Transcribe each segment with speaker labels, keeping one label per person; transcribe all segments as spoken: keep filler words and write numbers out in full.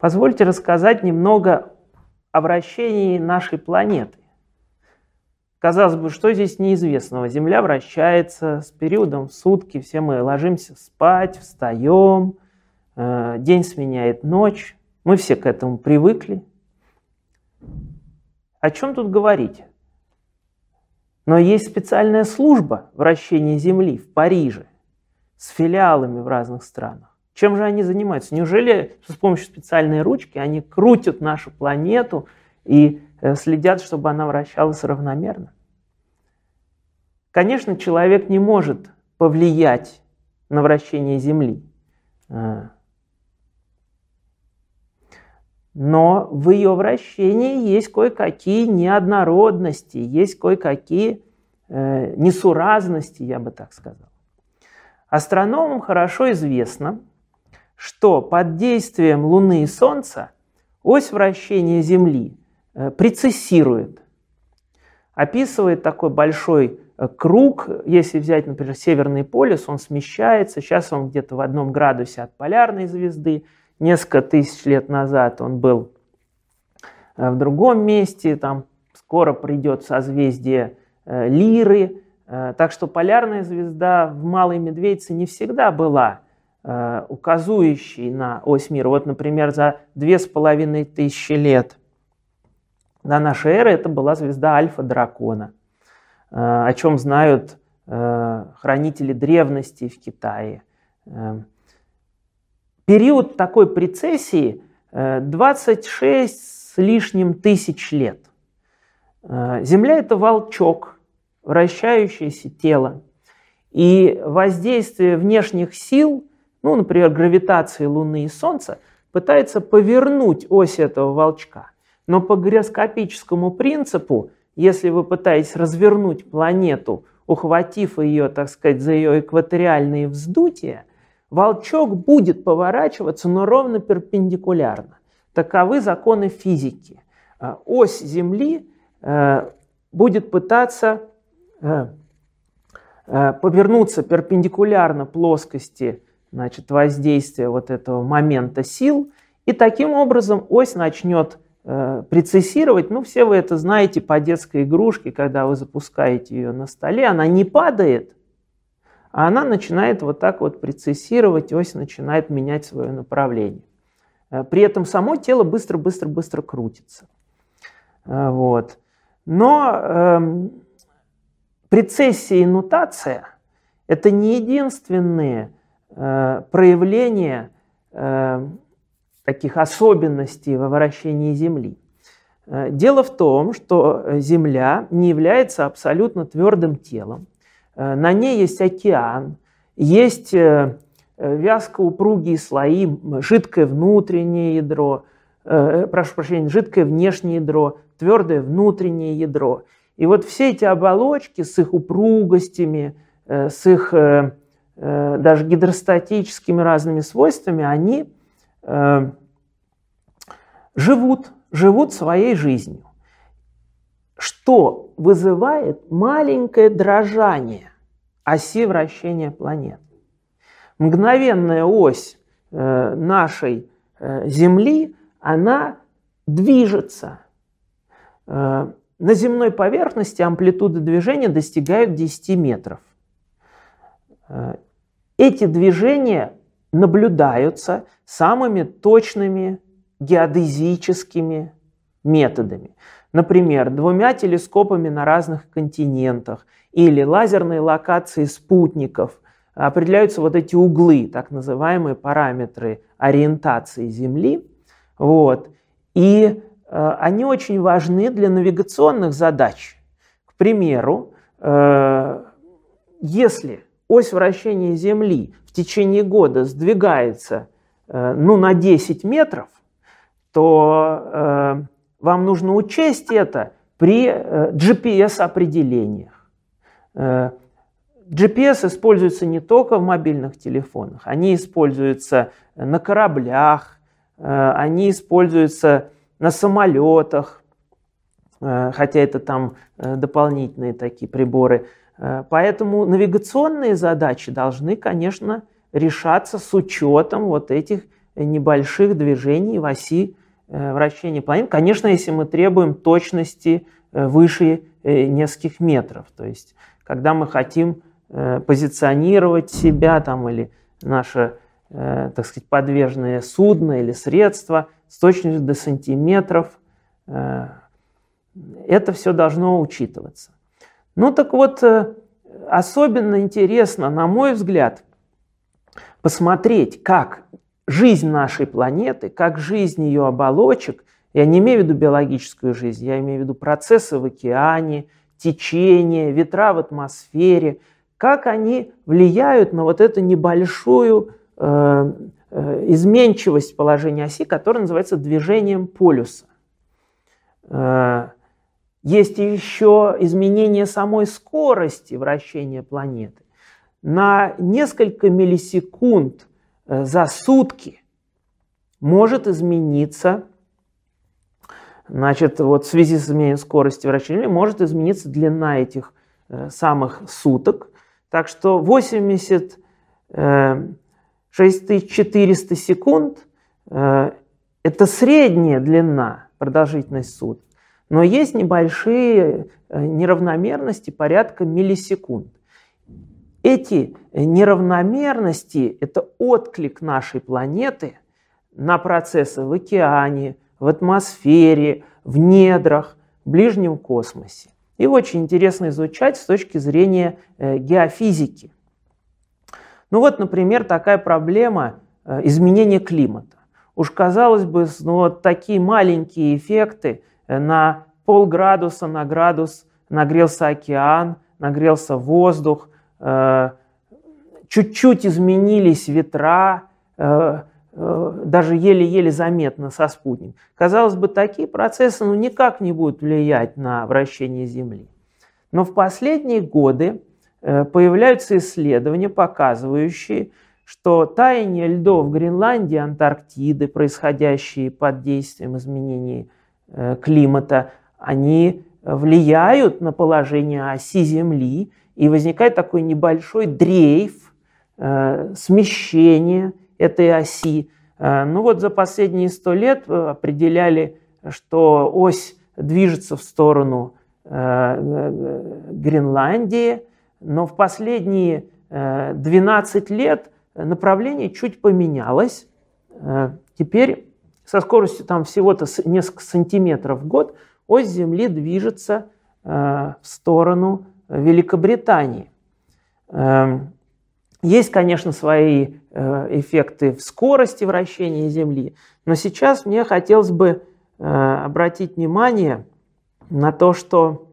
Speaker 1: Позвольте рассказать немного о вращении нашей планеты. Казалось бы, что здесь неизвестного? Земля вращается с периодом в сутки, все мы ложимся спать, встаем, день сменяет ночь, мы все к этому привыкли. О чем тут говорить? Но есть специальная служба вращения Земли в Париже с филиалами в разных странах. Чем же они занимаются? Неужели с помощью специальной ручки они крутят нашу планету и следят, чтобы она вращалась равномерно? Конечно, человек не может повлиять на вращение Земли. Но в ее вращении есть кое-какие неоднородности, есть кое-какие э, несуразности, я бы так сказал. Астрономам хорошо известно, что под действием Луны и Солнца ось вращения Земли э, прецессирует, описывает такой большой э, круг. Если взять, например, Северный полюс, он смещается, сейчас он где-то в одном градусе от полярной звезды. Несколько тысяч лет назад он был в другом месте, там скоро придет созвездие Лиры. Так что полярная звезда в Малой Медведице не всегда была указующей на ось мира. Вот, например, за две с половиной тысячи лет до нашей эры это была звезда Альфа-Дракона, о чем знают хранители древности в Китае. Период такой прецессии двадцать шесть с лишним тысяч лет. Земля – это волчок, вращающееся тело. И воздействие внешних сил, ну, например, гравитации Луны и Солнца, пытается повернуть ось этого волчка. Но по гироскопическому принципу, если вы пытаетесь развернуть планету, ухватив ее, так сказать, за ее экваториальные вздутия, волчок будет поворачиваться, но ровно перпендикулярно. Таковы законы физики. Ось Земли будет пытаться повернуться перпендикулярно плоскости, значит, воздействия вот этого момента сил, и таким образом ось начнет прецессировать. Ну, все вы это знаете по детской игрушке, когда вы запускаете ее на столе, она не падает, а она начинает вот так вот прецессировать, ось начинает менять свое направление. При этом само тело быстро-быстро-быстро крутится. Вот. Но э, прецессия и нутация – это не единственные э, проявления э, таких особенностей во вращении Земли. Дело в том, что Земля не является абсолютно твердым телом. На ней есть океан, есть вязко упругие слои, жидкое внутреннее ядро, э, прошу прощения, жидкое внешнее ядро, твердое внутреннее ядро. И вот все эти оболочки с их упругостями, э, с их э, э, даже гидростатическими разными свойствами, они э, живут, живут своей жизнью. Что вызывает маленькое дрожание оси вращения планеты. Мгновенная ось э, нашей э, Земли, она движется. Э, на земной поверхности амплитуды движения достигают десяти метров. Э, эти движения наблюдаются самыми точными геодезическими методами. Например, двумя телескопами на разных континентах или лазерной локацией спутников определяются вот эти углы, так называемые параметры ориентации Земли. Вот. И э, они очень важны для навигационных задач. К примеру, э, если ось вращения Земли в течение года сдвигается э, ну, на десять метров, то э, вам нужно учесть это при джи пи эс-определениях. джи пи эс используется не только в мобильных телефонах, они используются на кораблях, они используются на самолетах, хотя это там дополнительные такие приборы. Поэтому навигационные задачи должны, конечно, решаться с учетом вот этих небольших движений в оси вращения планеты. Конечно, если мы требуем точности выше нескольких метров. То есть, когда мы хотим позиционировать себя там, или наше, так сказать, подвижное судно или средство с точностью до сантиметров, это все должно учитываться. Ну так вот, особенно интересно, на мой взгляд, посмотреть, как жизнь нашей планеты, как жизнь ее оболочек, я не имею в виду биологическую жизнь, я имею в виду процессы в океане, течения, ветра в атмосфере, как они влияют на вот эту небольшую э, э, изменчивость положения оси, которая называется движением полюса. Э, есть еще изменение самой скорости вращения планеты. На несколько миллисекунд за сутки может измениться, значит, вот в связи с изменением скорости вращения, может измениться длина этих э, самых суток. Так что восемьдесят шесть тысяч четыреста секунд э, это средняя длина, продолжительность суток. Но есть небольшие э, неравномерности порядка миллисекунд. Эти неравномерности – это отклик нашей планеты на процессы в океане, в атмосфере, в недрах, в ближнем космосе. И очень интересно изучать с точки зрения э, геофизики. Ну вот, например, такая проблема э, изменения климата. Уж казалось бы, ну, вот такие маленькие эффекты э, на полградуса, на градус нагрелся океан, нагрелся воздух, чуть-чуть изменились ветра, даже еле-еле заметно со спутника. Казалось бы, такие процессы ну, никак не будут влиять на вращение Земли. Но в последние годы появляются исследования, показывающие, что таяние льдов Гренландии, Антарктиды, происходящие под действием изменений климата, они влияют на положение оси Земли, и возникает такой небольшой дрейф, э, смещение этой оси. Э, ну вот за последние сто лет определяли, что ось движется в сторону э, Гренландии, но в последние э, двенадцать лет направление чуть поменялось. Э, теперь со скоростью там всего-то несколько сантиметров в год ось Земли движется э, в сторону Великобритании. Есть, конечно, свои эффекты в скорости вращения Земли, но сейчас мне хотелось бы обратить внимание на то, что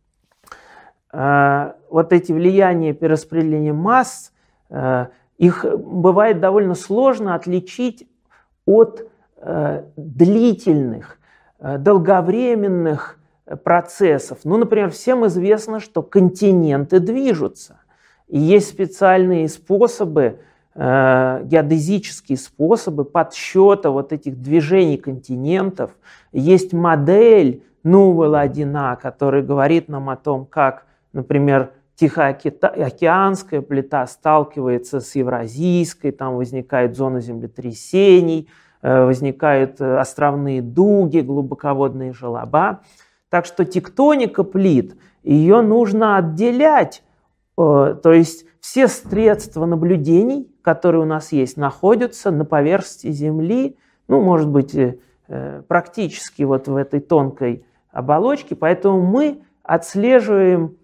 Speaker 1: вот эти влияния перераспределения масс, их бывает довольно сложно отличить от длительных, долговременных процессов. Ну, например, всем известно, что континенты движутся. И есть специальные способы, э, геодезические способы подсчета вот этих движений континентов. Есть модель Нувел-один А, которая говорит нам о том, как, например, Тихоокеанская плита сталкивается с Евразийской, там возникает зона землетрясений, э, возникают островные дуги, глубоководные желоба. Так что тектоника плит, ее нужно отделять, то есть все средства наблюдений, которые у нас есть, находятся на поверхности Земли, ну, может быть, практически вот в этой тонкой оболочке, поэтому мы отслеживаем,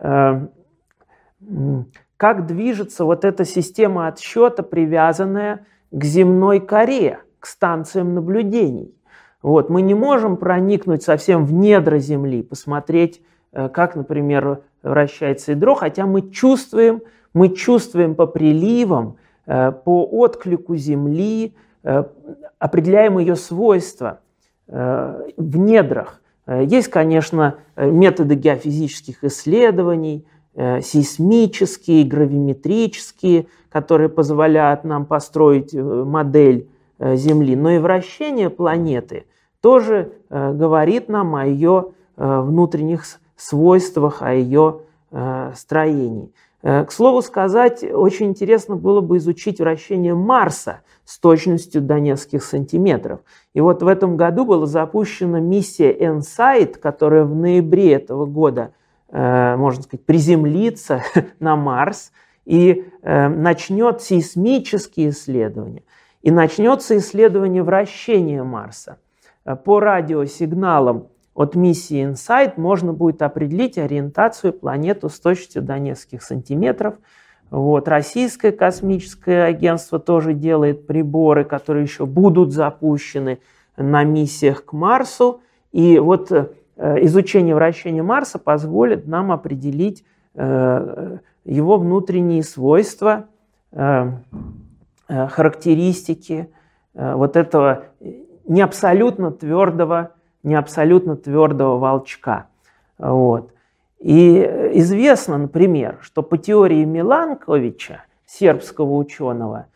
Speaker 1: как движется вот эта система отсчета, привязанная к земной коре, к станциям наблюдений. Вот, мы не можем проникнуть совсем в недра Земли, посмотреть, как, например, вращается ядро, хотя мы чувствуем, мы чувствуем по приливам, по отклику Земли, определяем ее свойства в недрах. Есть, конечно, методы геофизических исследований, сейсмические, гравиметрические, которые позволяют нам построить модель Земли, но и вращение планеты тоже э, говорит нам о ее э, внутренних свойствах, о ее э, строении. К слову сказать, очень интересно было бы изучить вращение Марса с точностью до нескольких сантиметров. И вот в этом году была запущена миссия инсайт, которая в ноябре этого года, можно сказать, приземлится на Марс и начнет сейсмические исследования. И начнется исследование вращения Марса. По радиосигналам от миссии инсайт можно будет определить ориентацию планеты с точностью до нескольких сантиметров. Вот. Российское космическое агентство тоже делает приборы, которые еще будут запущены на миссиях к Марсу. И вот изучение вращения Марса позволит нам определить его внутренние свойства, характеристики вот этого не абсолютно твердого, не абсолютно твердого волчка. Вот. И известно, например, что по теории Миланковича, сербского ученого,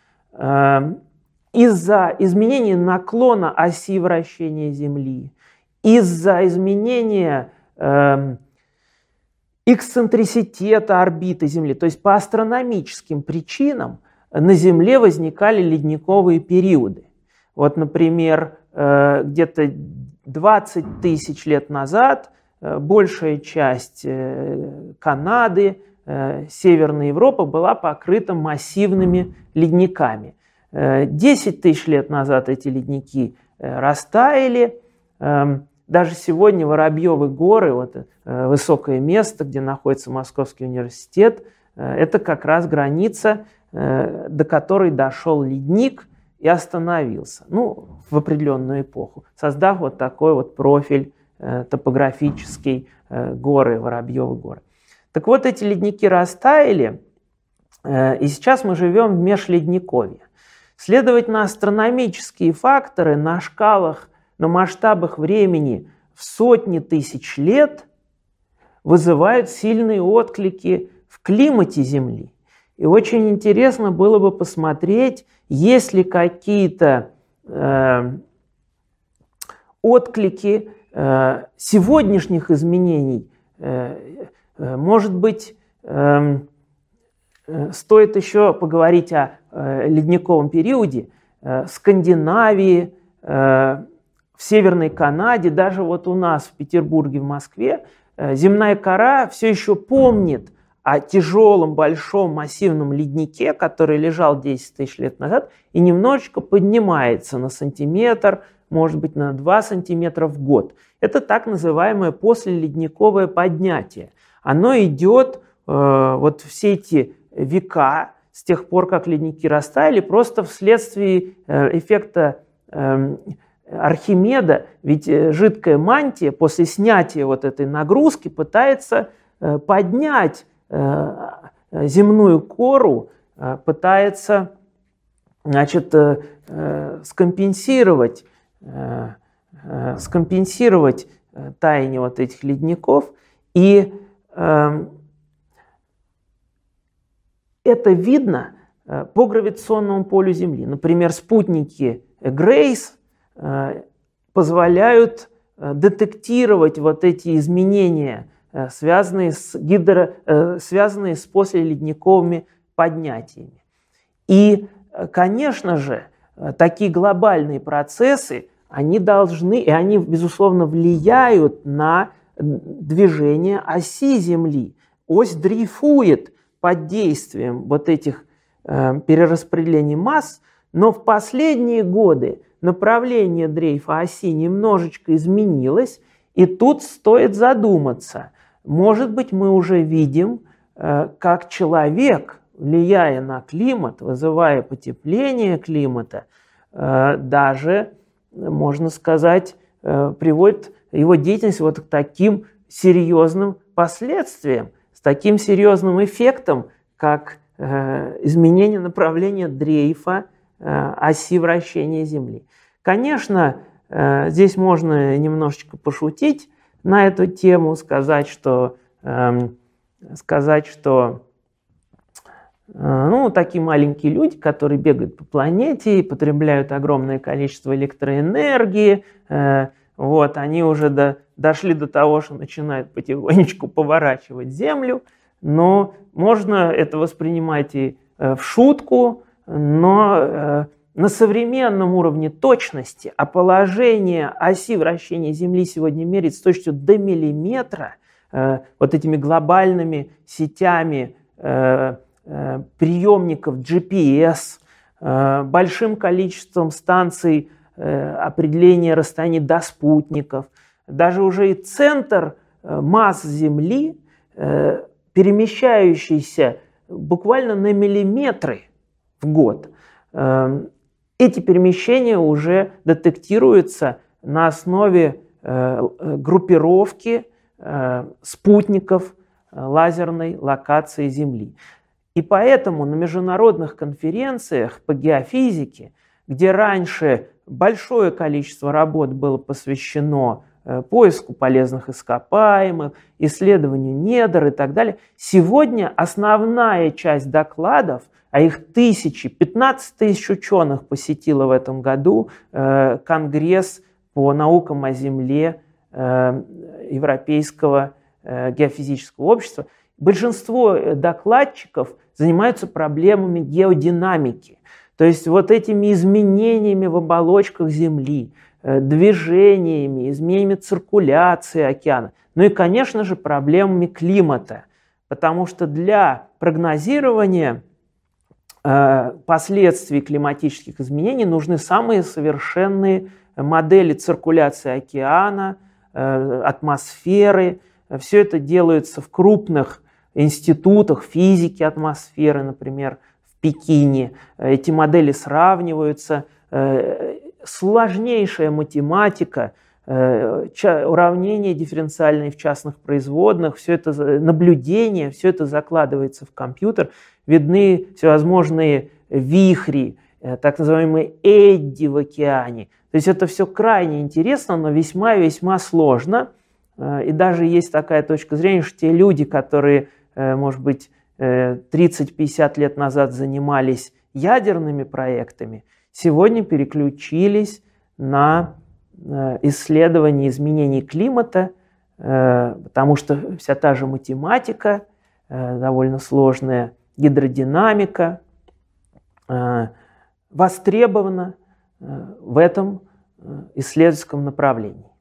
Speaker 1: из-за изменения наклона оси вращения Земли, из-за изменения эксцентриситета орбиты Земли, то есть по астрономическим причинам, на Земле возникали ледниковые периоды. Вот, например, где-то двадцать тысяч лет назад большая часть Канады, Северная Европа была покрыта массивными ледниками. десять тысяч лет назад эти ледники растаяли. Даже сегодня Воробьевы горы, вот, высокое место, где находится Московский университет, это как раз граница, до которой дошел ледник и остановился, ну, в определенную эпоху, создав вот такой вот профиль э, топографический э, горы, Воробьевы горы. Так вот, эти ледники растаяли, э, и сейчас мы живем в межледниковье. Следовательно, астрономические факторы на шкалах, на масштабах времени в сотни тысяч лет вызывают сильные отклики в климате Земли. И очень интересно было бы посмотреть, есть ли какие-то э, отклики э, сегодняшних изменений. Э, э, может быть, э, э, стоит еще поговорить о э, ледниковом периоде э, в Скандинавии, э, в Северной Канаде, даже вот у нас в Петербурге, в Москве, э, земная кора все еще помнит о тяжелом, большом, массивном леднике, который лежал десять тысяч лет назад, и немножечко поднимается на сантиметр, может быть, на два сантиметра в год. Это так называемое послеледниковое поднятие. Оно идет э, вот все эти века, с тех пор, как ледники растаяли, просто вследствие э, эффекта э, Архимеда, ведь жидкая мантия после снятия вот этой нагрузки пытается э, поднять земную кору, пытается, значит, скомпенсировать, скомпенсировать таяние вот этих ледников. И это видно по гравитационному полю Земли. Например, спутники Грейс позволяют детектировать вот эти изменения, связанные с, гидро, связанные с послеледниковыми поднятиями. И, конечно же, такие глобальные процессы, они должны, и они, безусловно, влияют на движение оси Земли. Ось дрейфует под действием вот этих э, перераспределений масс, но в последние годы направление дрейфа оси немножечко изменилось, и тут стоит задуматься. Может быть, мы уже видим, как человек, влияя на климат, вызывая потепление климата, даже, можно сказать, приводит его деятельность вот к таким серьезным последствиям, с таким серьезным эффектом, как изменение направления дрейфа оси вращения Земли. Конечно, здесь можно немножечко пошутить на эту тему, сказать, что, э, сказать, что э, ну, такие маленькие люди, которые бегают по планете и потребляют огромное количество электроэнергии, э, вот, они уже до, дошли до того, что начинают потихонечку поворачивать Землю, но можно это воспринимать и в шутку, но на современном уровне точности, а положение оси вращения Земли сегодня меряется с точностью до миллиметра, вот этими глобальными сетями приемников джи пи эс, большим количеством станций определения расстояний до спутников. Даже уже и центр масс Земли, перемещающийся буквально на миллиметры в год, эти перемещения уже детектируются на основе группировки спутников лазерной локации Земли. И поэтому на международных конференциях по геофизике, где раньше большое количество работ было посвящено поиску полезных ископаемых, исследованию недр и так далее, сегодня основная часть докладов, а их тысячи, пятнадцать тысяч ученых посетило в этом году Конгресс по наукам о Земле Европейского геофизического общества. Большинство докладчиков занимаются проблемами геодинамики, то есть вот этими изменениями в оболочках Земли, движениями, изменениями циркуляции океана, ну и, конечно же, проблемами климата, потому что для прогнозирования последствий климатических изменений нужны самые совершенные модели циркуляции океана, атмосферы. Все это делается в крупных институтах физики атмосферы, например, в Пекине. Эти модели сравниваются. Сложнейшая математика, уравнения дифференциальные в частных производных, все это наблюдение, все это закладывается в компьютер. Видны всевозможные вихри, так называемые эдди в океане. То есть это все крайне интересно, но весьма-весьма сложно. И даже есть такая точка зрения, что те люди, которые, может быть, тридцать-пятьдесят лет назад занимались ядерными проектами, сегодня переключились на исследование изменений климата, потому что вся та же математика, довольно сложная гидродинамика, востребована в этом исследовательском направлении.